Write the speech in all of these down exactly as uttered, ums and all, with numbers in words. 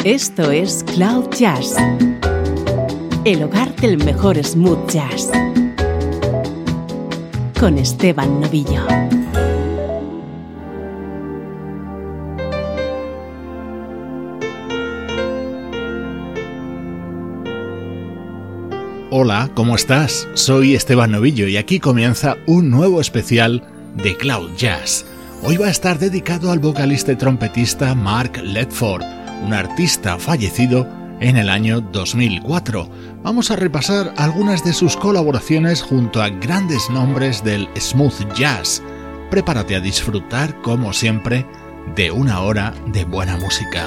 Esto es Cloud Jazz, el hogar del mejor smooth jazz, con Esteban Novillo. Hola, ¿cómo estás? Soy Esteban Novillo y aquí comienza un nuevo especial de Cloud Jazz. Hoy va a estar dedicado al vocalista y trompetista Mark Ledford, un artista fallecido en el año dos mil cuatro. Vamos a repasar algunas de sus colaboraciones junto a grandes nombres del smooth jazz. Prepárate a disfrutar, como siempre, de una hora de buena música.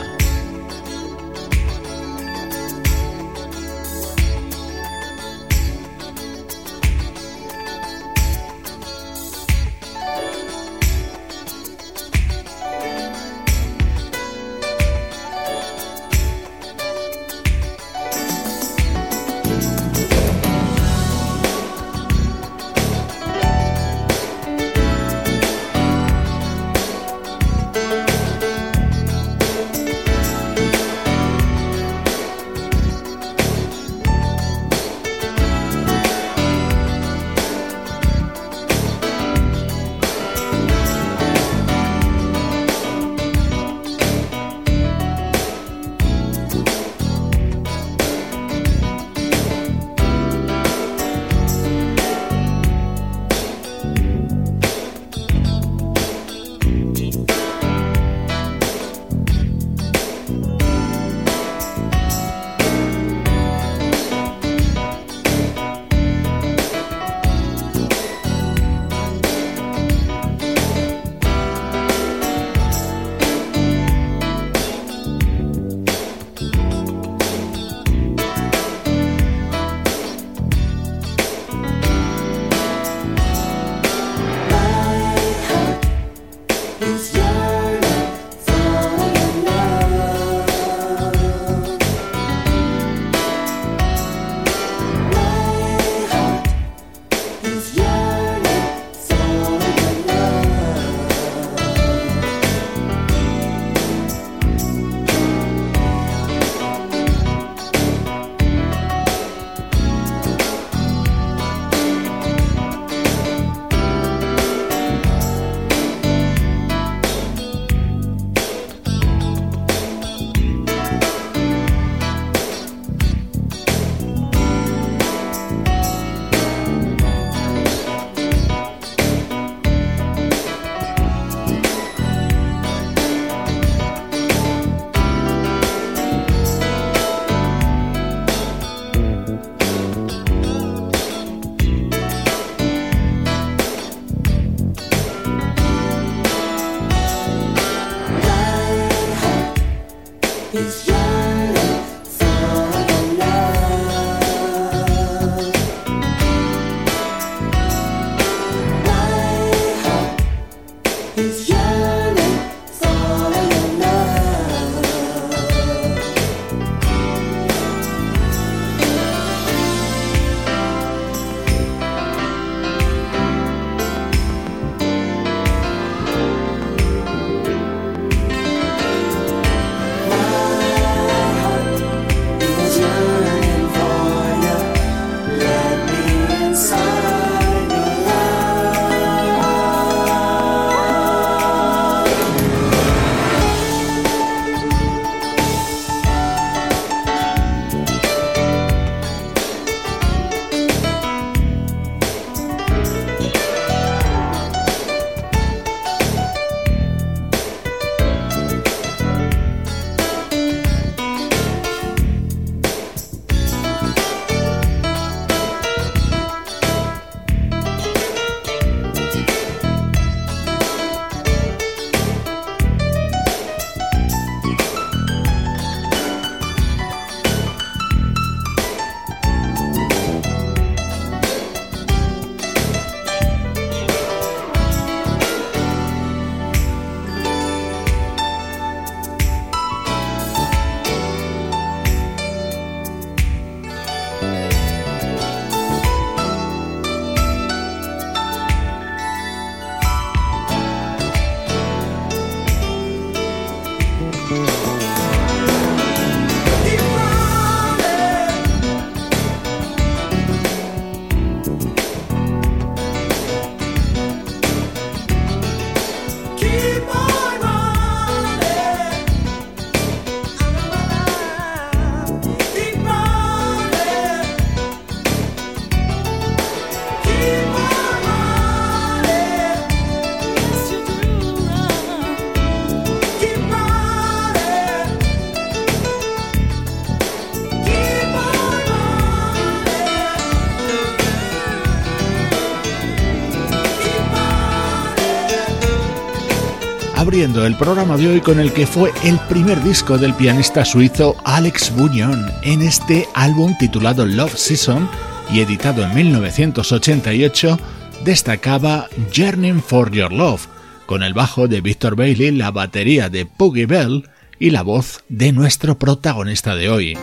abriendo el programa de hoy con el que fue el primer disco del pianista suizo Alex Bugnon en este álbum titulado Love Season y editado en mil novecientos ochenta y ocho, destacaba Yearning for Your Love, con el bajo de Victor Bailey, la batería de Puggy Bell y la voz de nuestro protagonista de hoy.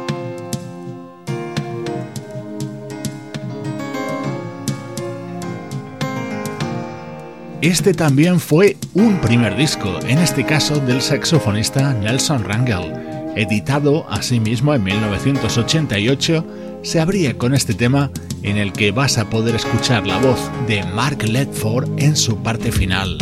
Este también fue un primer disco, en este caso del saxofonista Nelson Rangel. Editado asimismo en mil novecientos ochenta y ocho, se abría con este tema en el que vas a poder escuchar la voz de Mark Ledford en su parte final.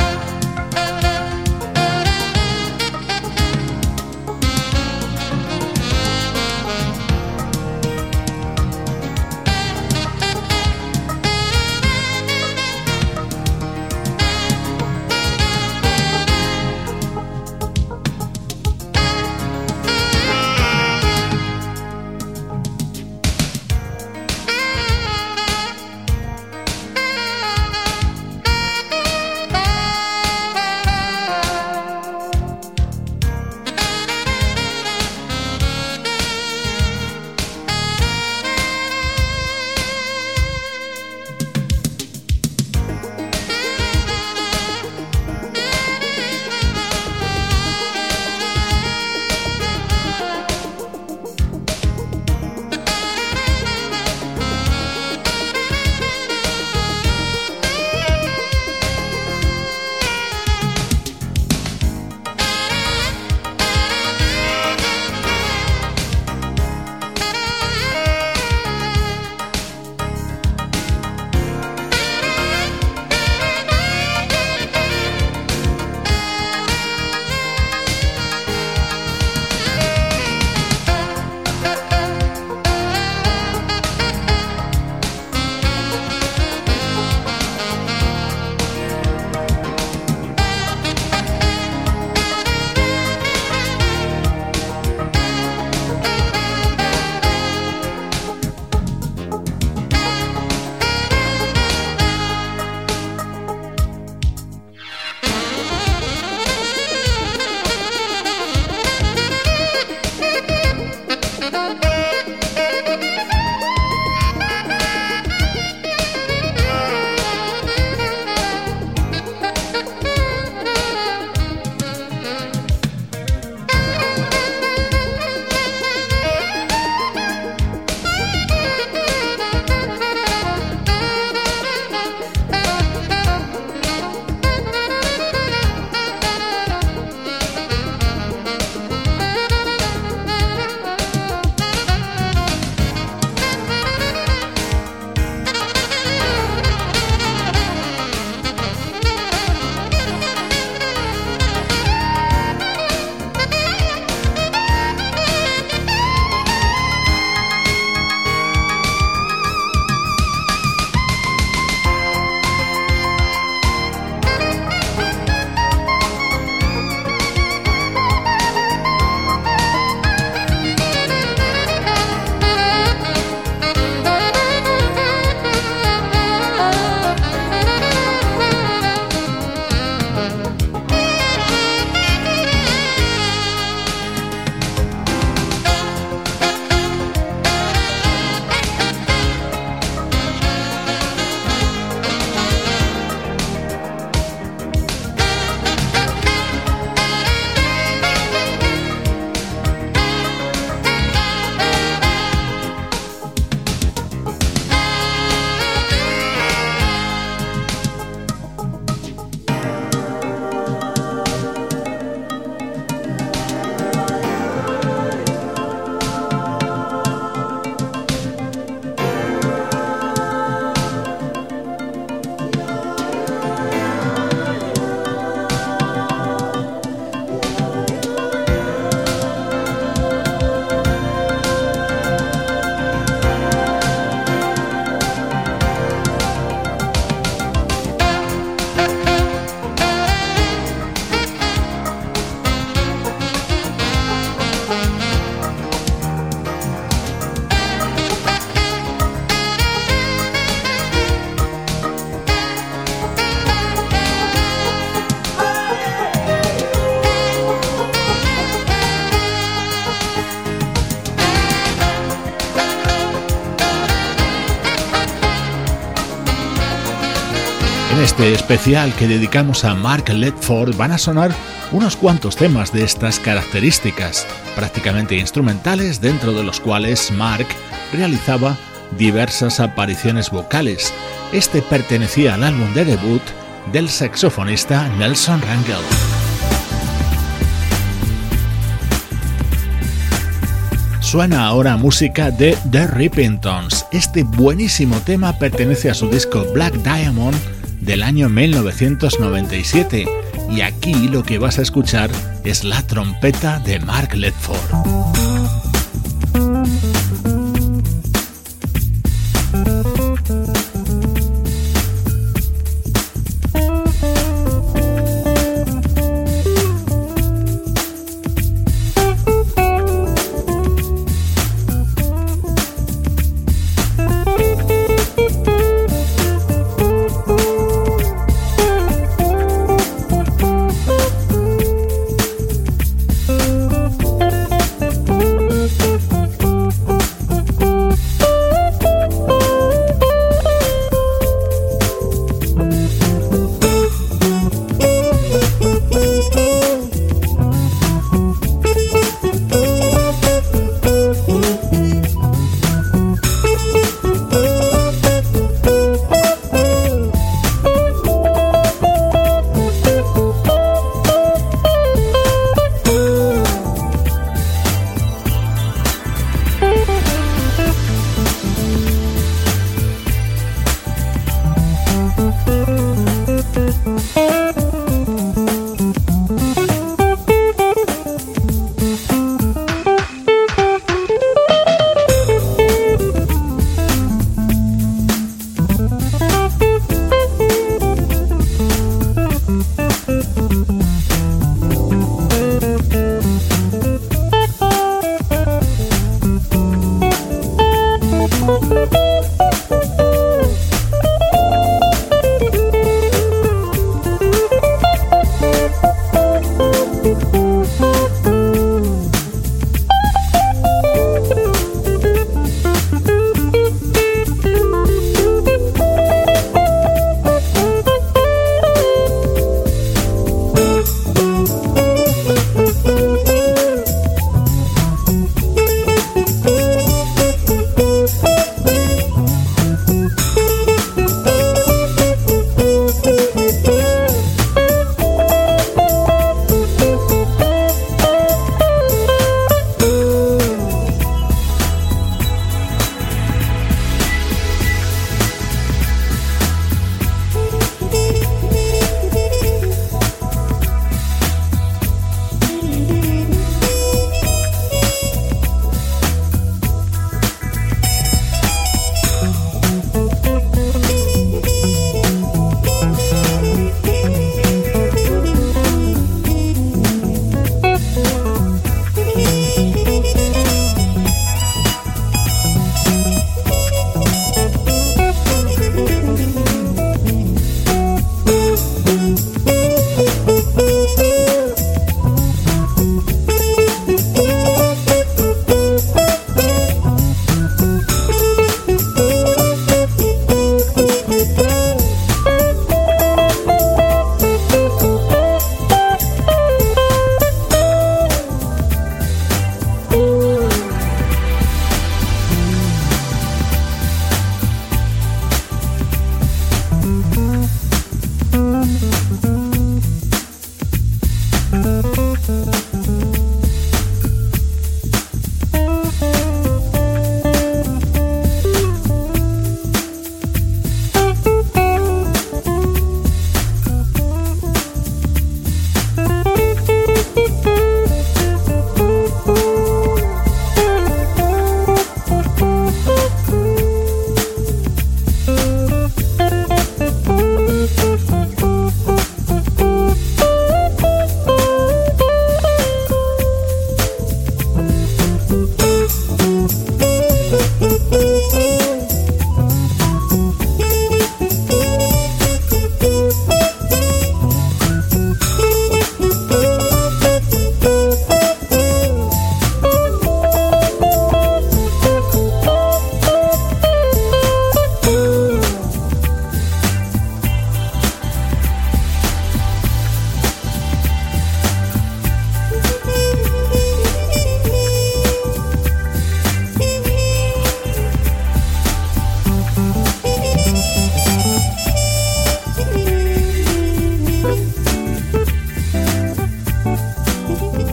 este especial que dedicamos a Mark Ledford van a sonar unos cuantos temas de estas características, prácticamente instrumentales, dentro de los cuales Mark realizaba diversas apariciones vocales. Este pertenecía al álbum de debut del saxofonista Nelson Rangel. Suena ahora música de The Rippingtons. Este buenísimo tema pertenece a su disco Black Diamond del año mil novecientos noventa y siete, y aquí lo que vas a escuchar es la trompeta de Mark Ledford.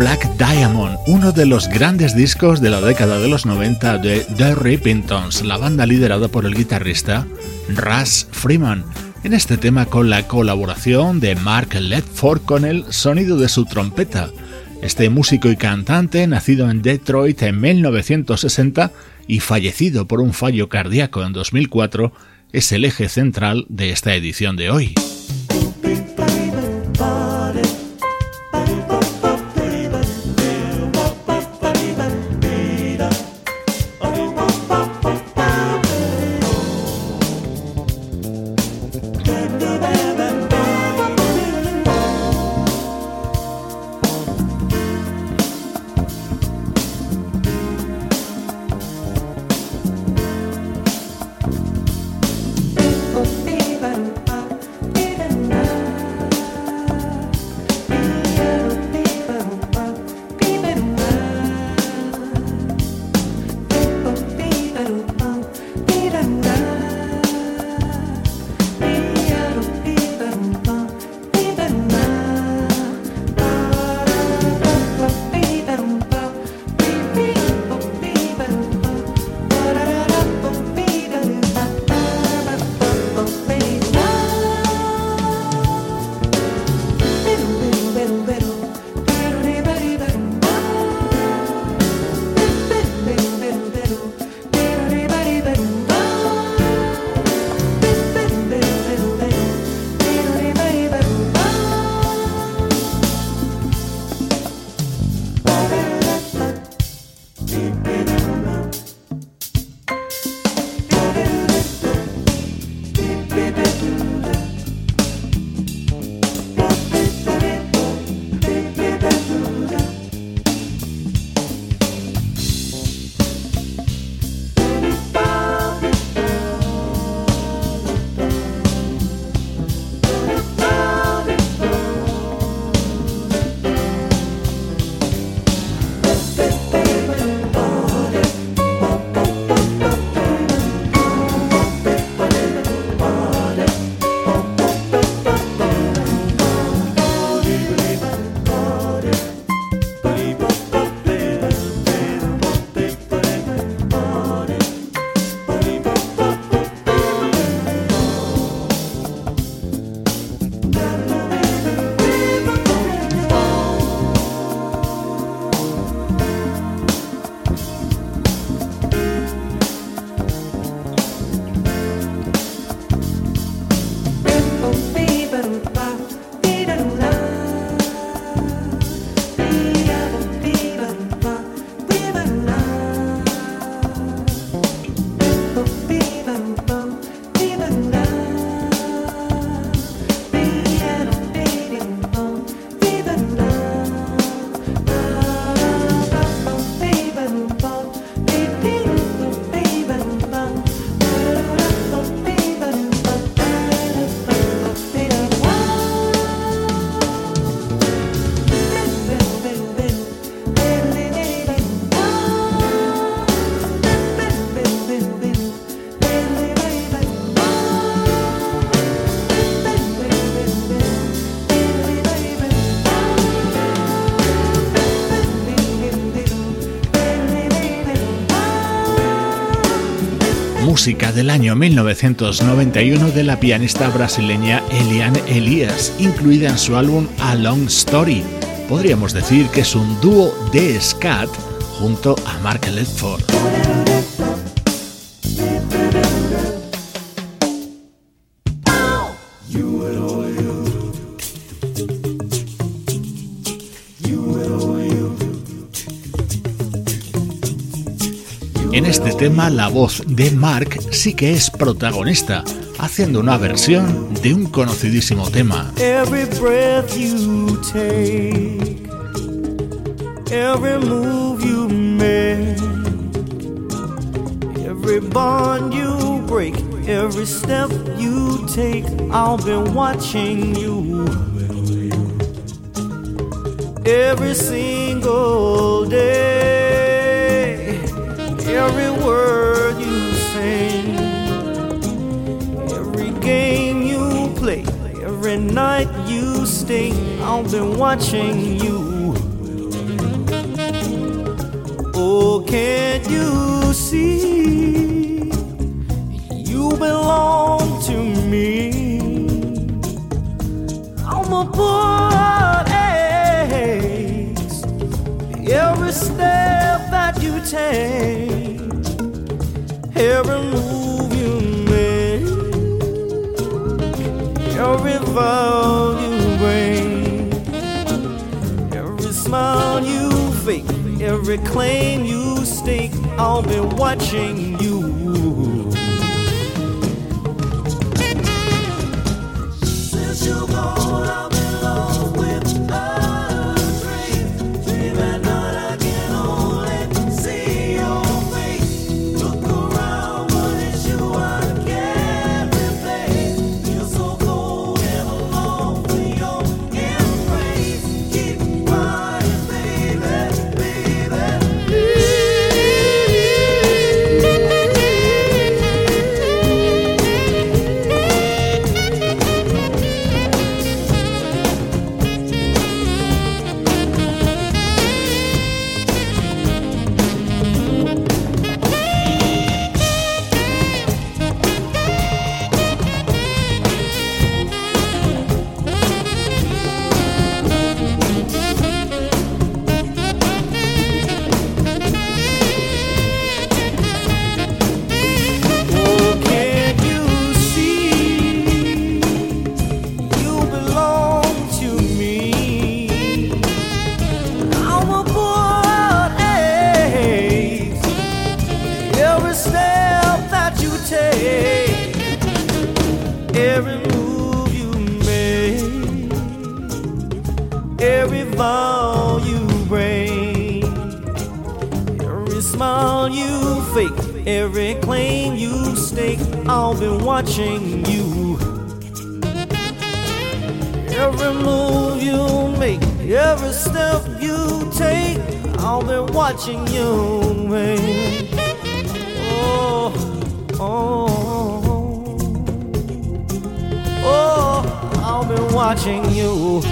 Black Diamond, uno de los grandes discos de la década de los noventa de The Rippingtons, la banda liderada por el guitarrista Russ Freeman. En este tema con la colaboración de Mark Ledford con el sonido de su trompeta. Este músico y cantante, nacido en Detroit en mil novecientos sesenta y fallecido por un fallo cardíaco en dos mil cuatro, es el eje central de esta edición de hoy. Música del año mil novecientos noventa y uno de la pianista brasileña Eliane Elias, incluida en su álbum A Long Story. Podríamos decir que es un dúo de scat junto a Mark Ledford. En este tema la voz de Mark sí que es protagonista, haciendo una versión de un conocidísimo tema. Every breath you take, every move you make, every bond you break, every step you take, I'll be watching you. Every single day, every word you sing, every game you play, every night you stay, I'll be watching you. Oh, can't you see? You belong to me. I'm a boy aches every step that you take, every move you make, every vow you bring, every smile you fake, every claim you stake. I'll be watching you. Since you're gone, I've been lost with a dream. Dream at night, I can only see your face. Look around, but it's you I can't replace. You're so cold and alone for your embrace. Keep crying, baby, baby. Every vow you bring, every smile you fake, every claim you stake. I'll be watching you. Every move you make, every step you take, I'll be watching you, baby. Oh, oh, oh, I'll be watching you.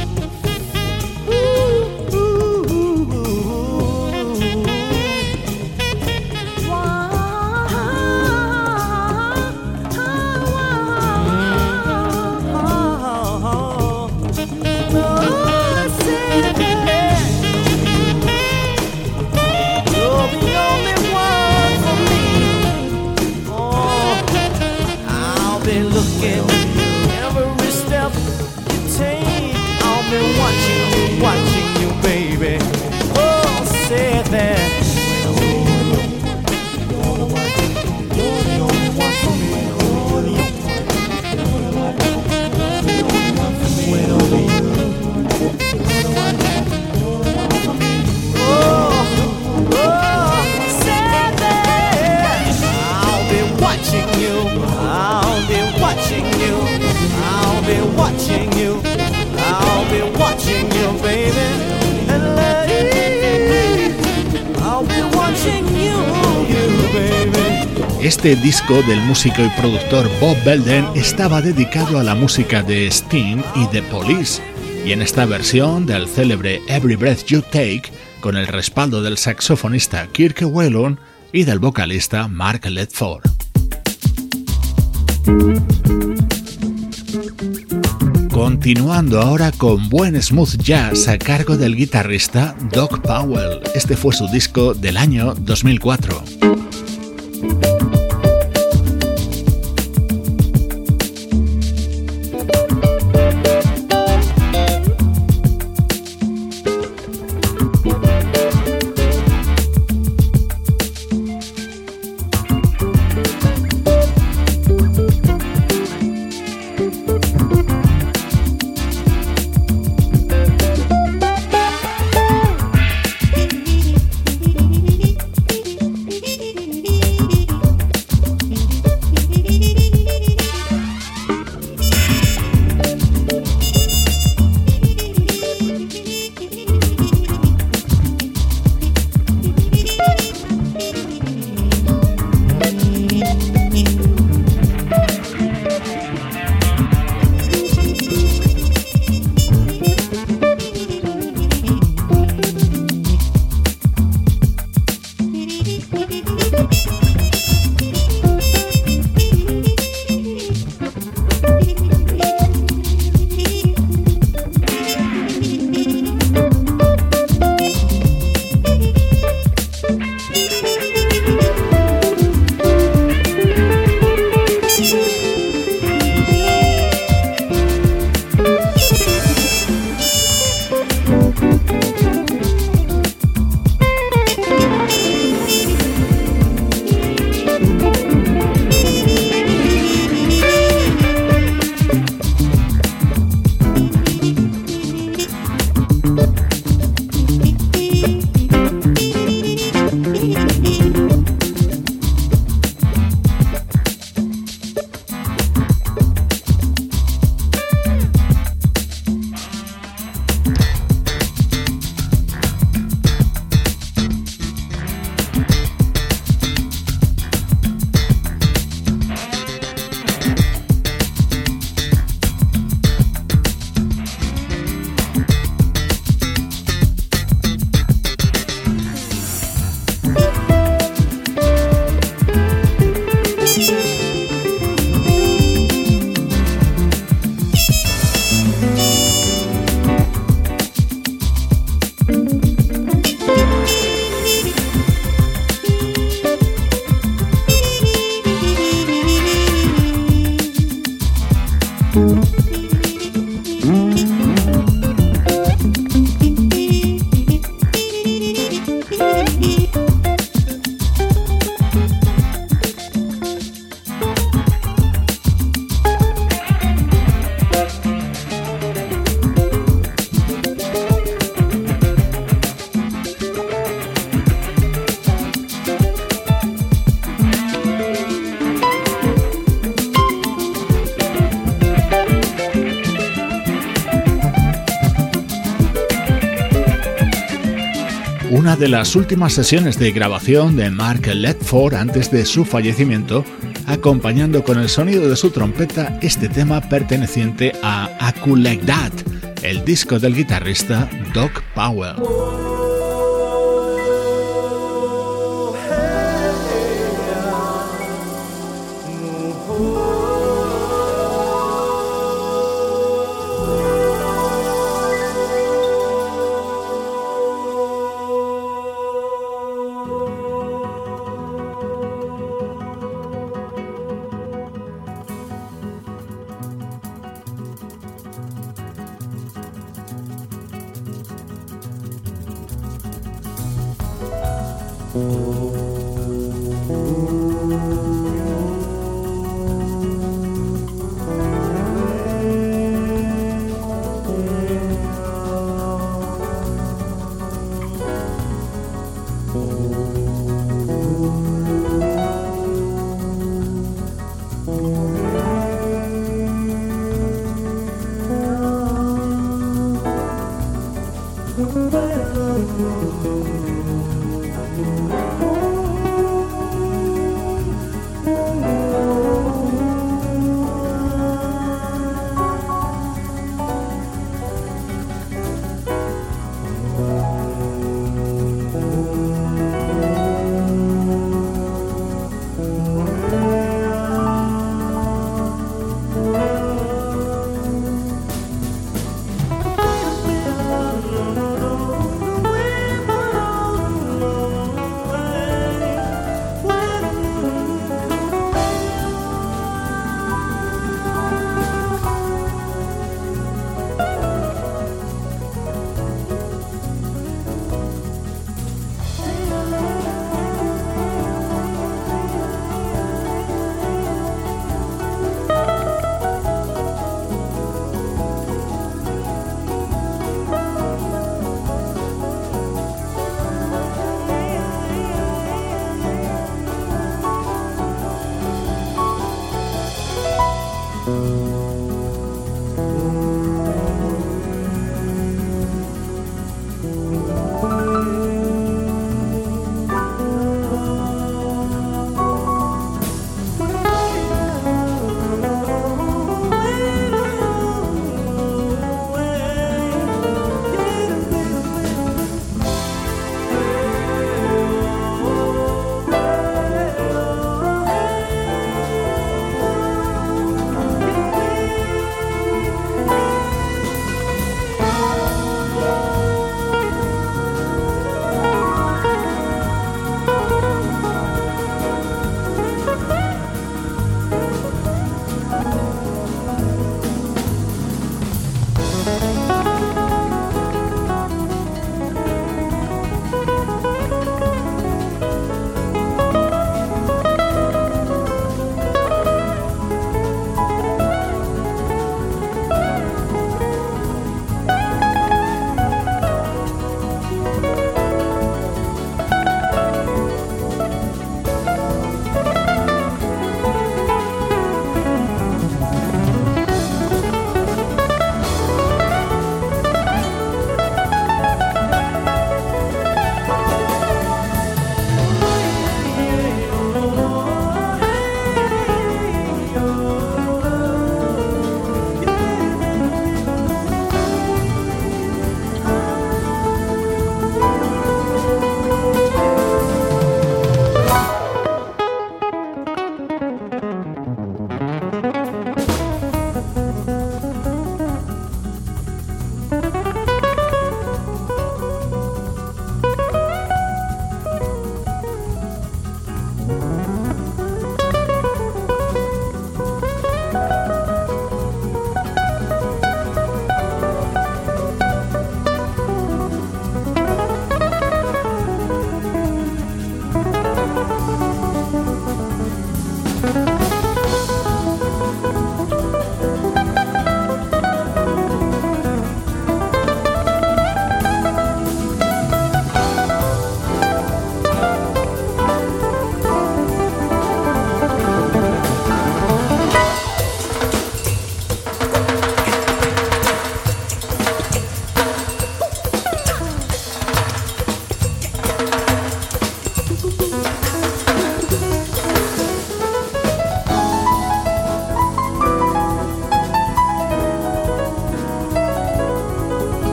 Watching you, baby. Oh, say that. You're the only one for me. You're the only one for me. Wait on me. Oh, oh, say that. I'll be watching you. I'll be watching you. I'll be watching you. I'll be watching you, baby, and lady, I'll be watching you, you, baby. Este disco del músico y productor Bob Belden estaba dedicado a la música de Sting y The Police, y en esta versión del célebre Every Breath You Take, con el respaldo del saxofonista Kirk Whelan y del vocalista Mark Ledford. Continuando ahora con buen smooth jazz a cargo del guitarrista Doc Powell. Este fue su disco del año dos mil cuatro. Beep, beep, beep. una de las últimas sesiones de grabación de Mark Ledford antes de su fallecimiento, acompañando con el sonido de su trompeta este tema perteneciente a A Cool Like That, el disco del guitarrista Doc Powell.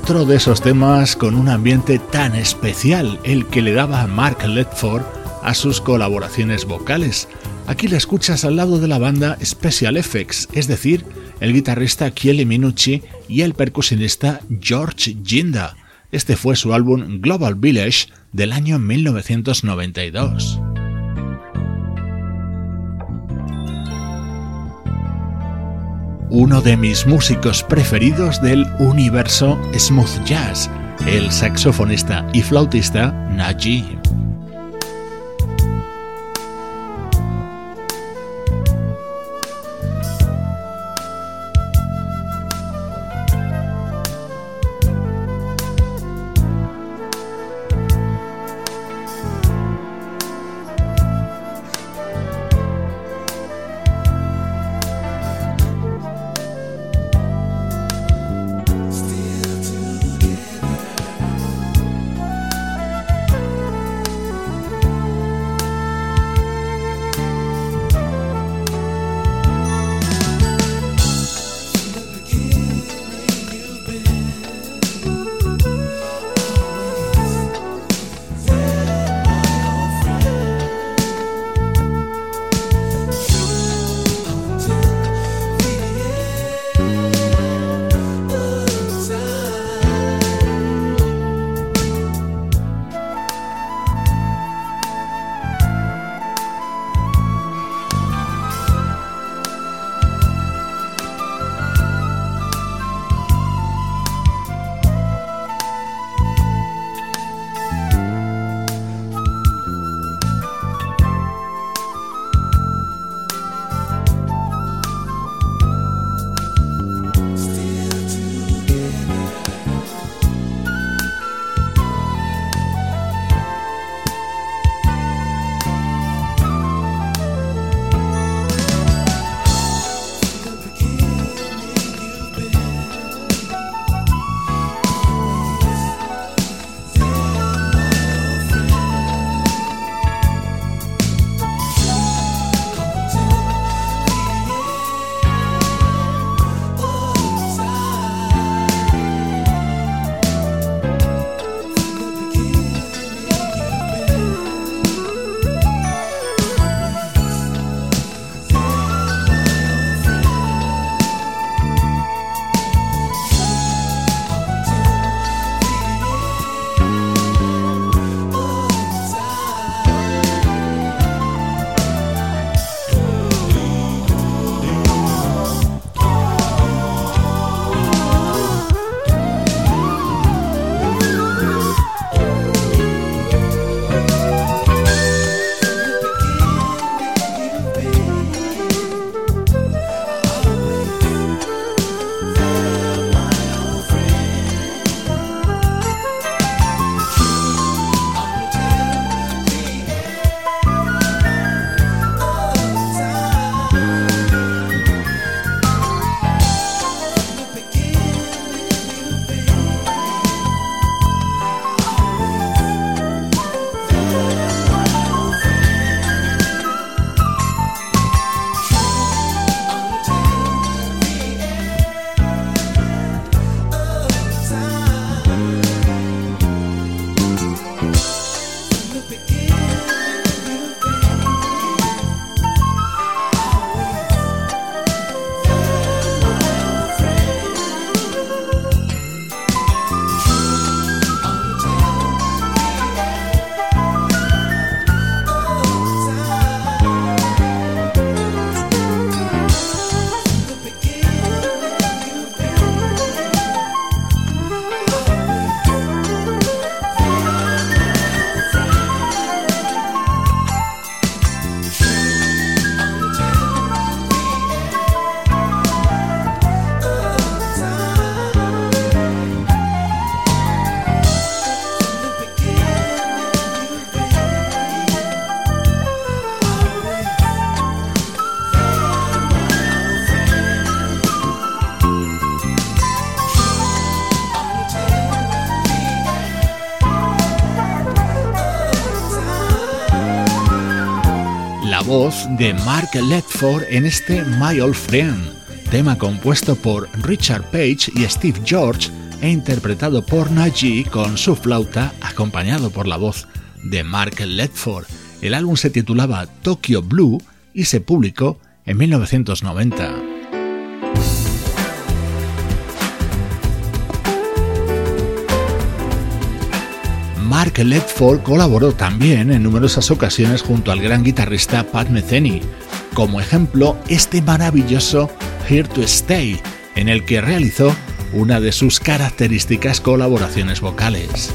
otro de esos temas con un ambiente tan especial, el que le daba Mark Ledford a sus colaboraciones vocales. Aquí la escuchas al lado de la banda Special Effects, es decir, el guitarrista Chieli Minucci y el percusionista George Ginda. Este fue su álbum Global Village del año mil novecientos noventa y dos. Uno de mis músicos preferidos del universo smooth jazz, el saxofonista y flautista Naji. voz de Mark Ledford en este My Old Friend, tema compuesto por Richard Page y Steve George e interpretado por Naji con su flauta acompañado por la voz de Mark Ledford. El álbum se titulaba Tokyo Blue y se publicó en mil novecientos noventa. Mark Ledford colaboró también en numerosas ocasiones junto al gran guitarrista Pat Metheny. Como ejemplo, este maravilloso Here to Stay, en el que realizó una de sus características colaboraciones vocales.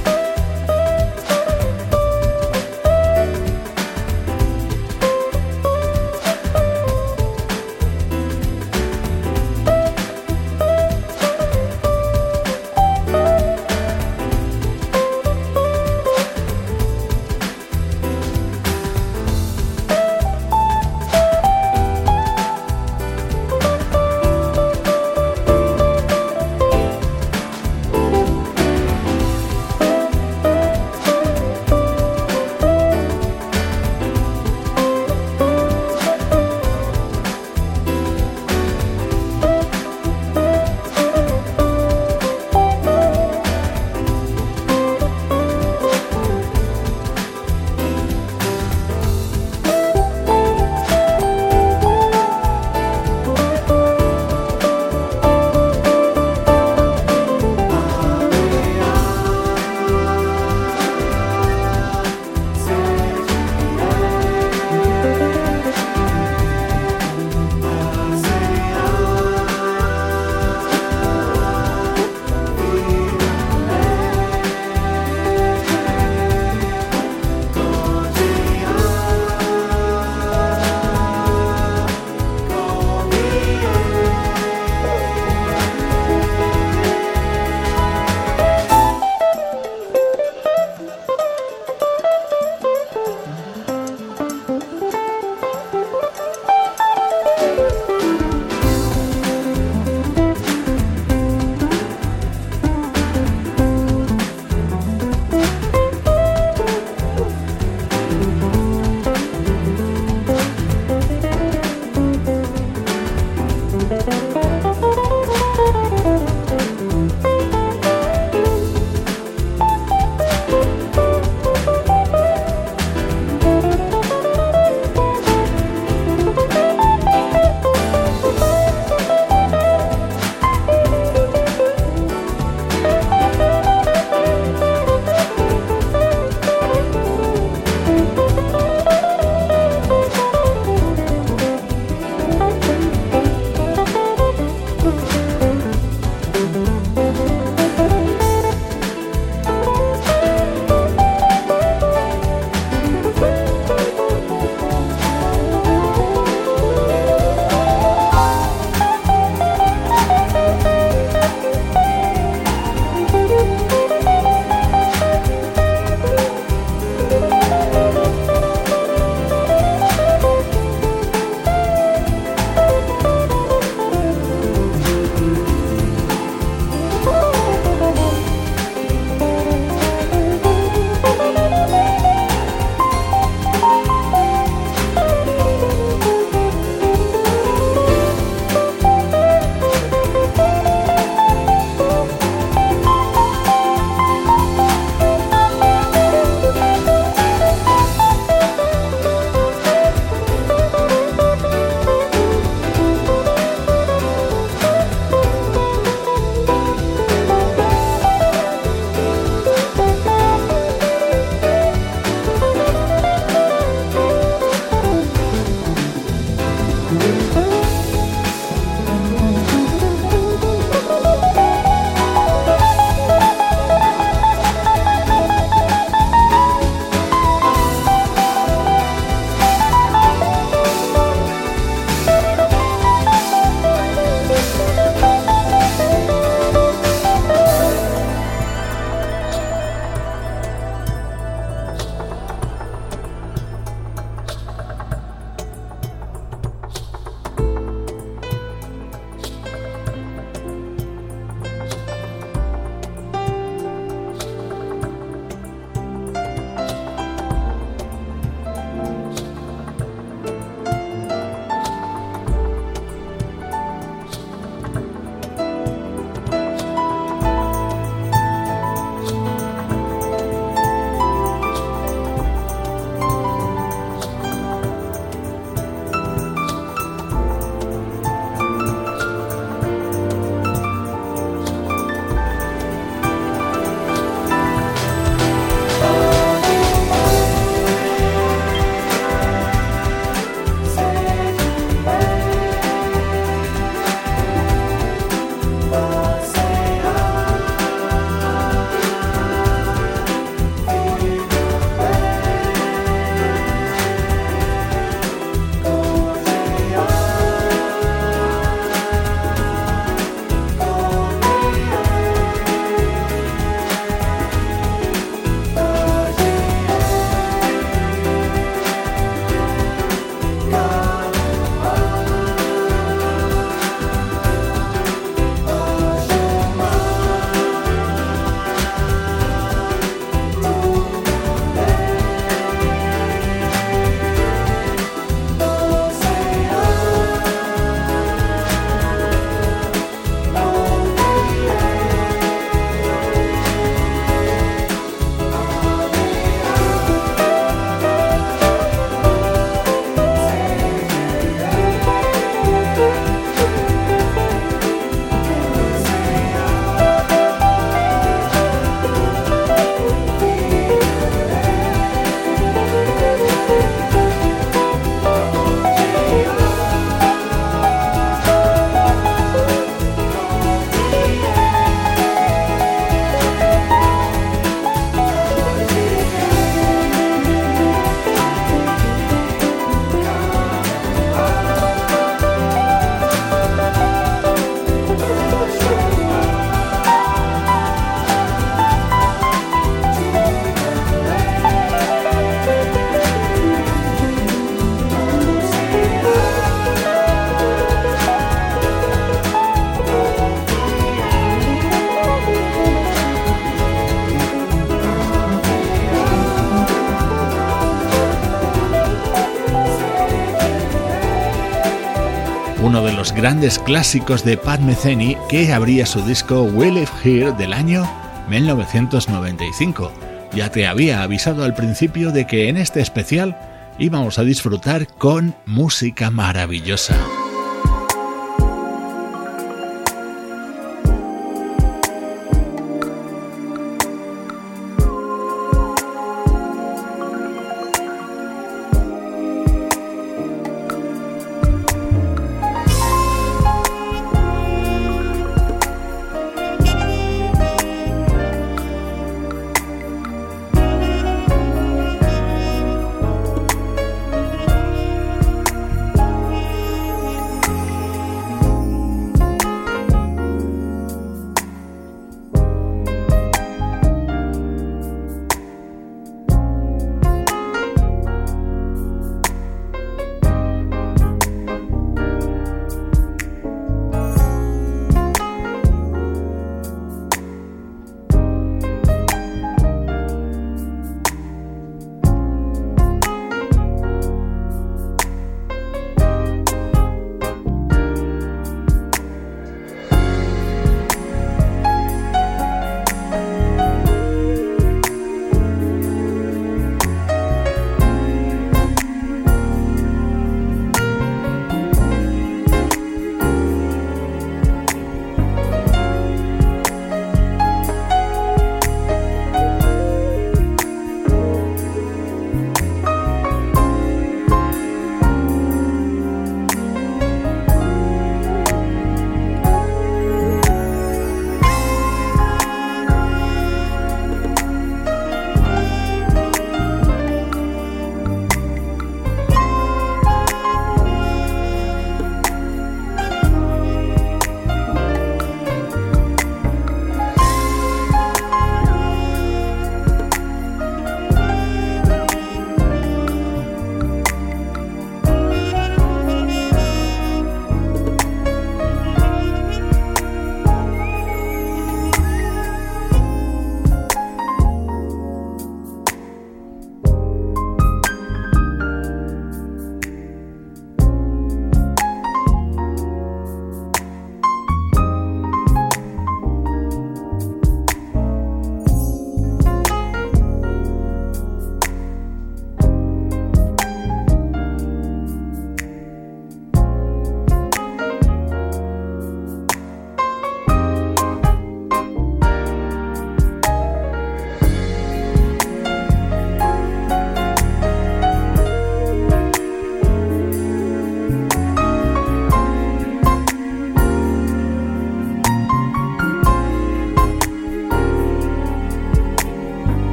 uno de los grandes clásicos de Pat Metheny que abría su disco We Live Here del año mil novecientos noventa y cinco. Ya te había avisado al principio de que en este especial íbamos a disfrutar con música maravillosa.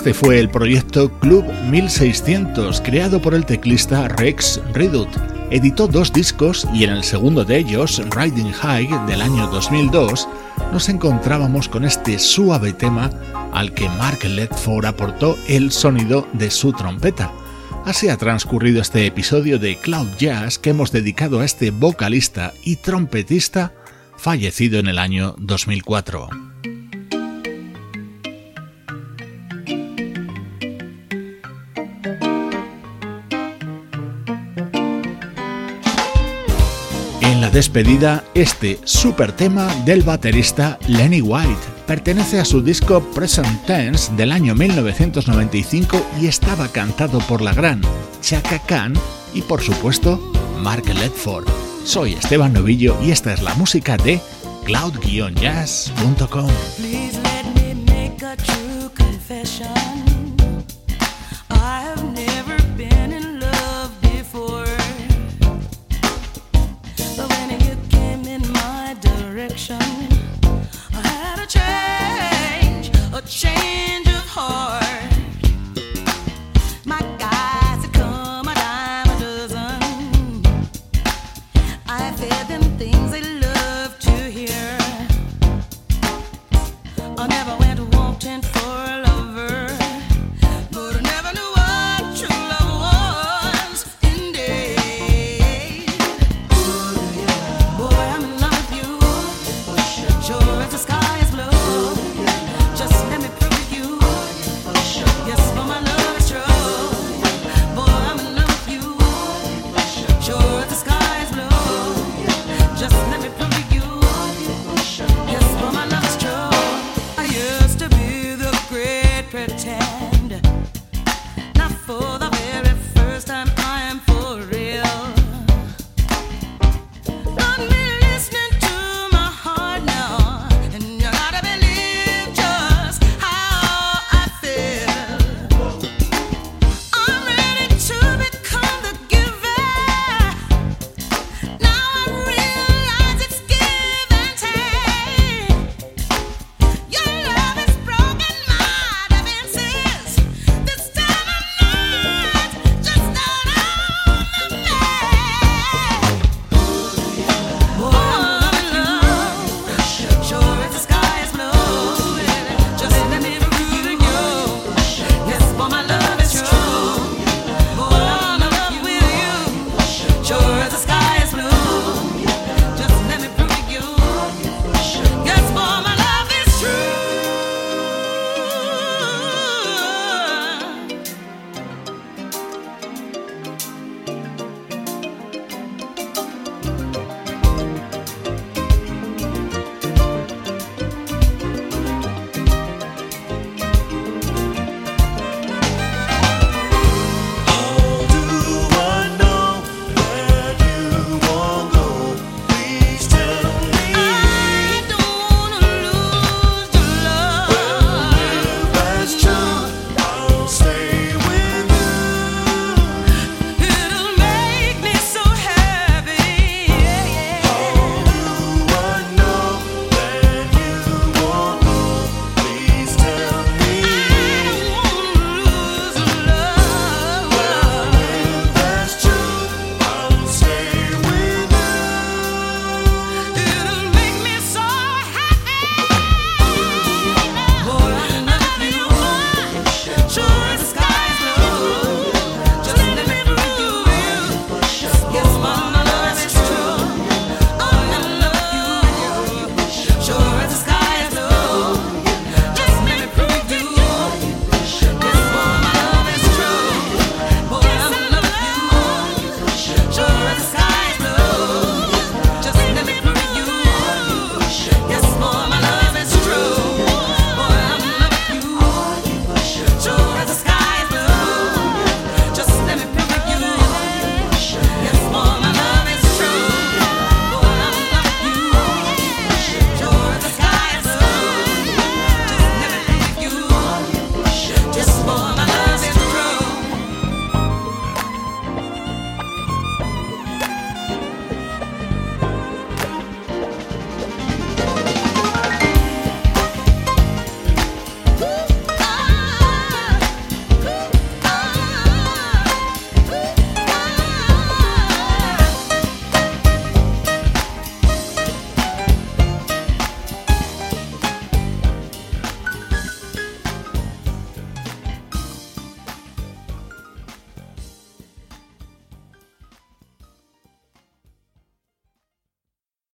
Este fue el proyecto Club mil seiscientos, creado por el teclista Rex Redut. Editó dos discos y en el segundo de ellos, Riding High, del año dos mil dos, nos encontrábamos con este suave tema al que Mark Ledford aportó el sonido de su trompeta. Así ha transcurrido este episodio de Cloud Jazz que hemos dedicado a este vocalista y trompetista fallecido en el año dos mil cuatro. En la despedida, este super tema del baterista Lenny White. Pertenece a su disco Present Tense del año mil novecientos noventa y cinco y estaba cantado por la gran Chaka Khan y por supuesto Mark Ledford. Soy Esteban Novillo y esta es la música de cloud guion jazz punto com.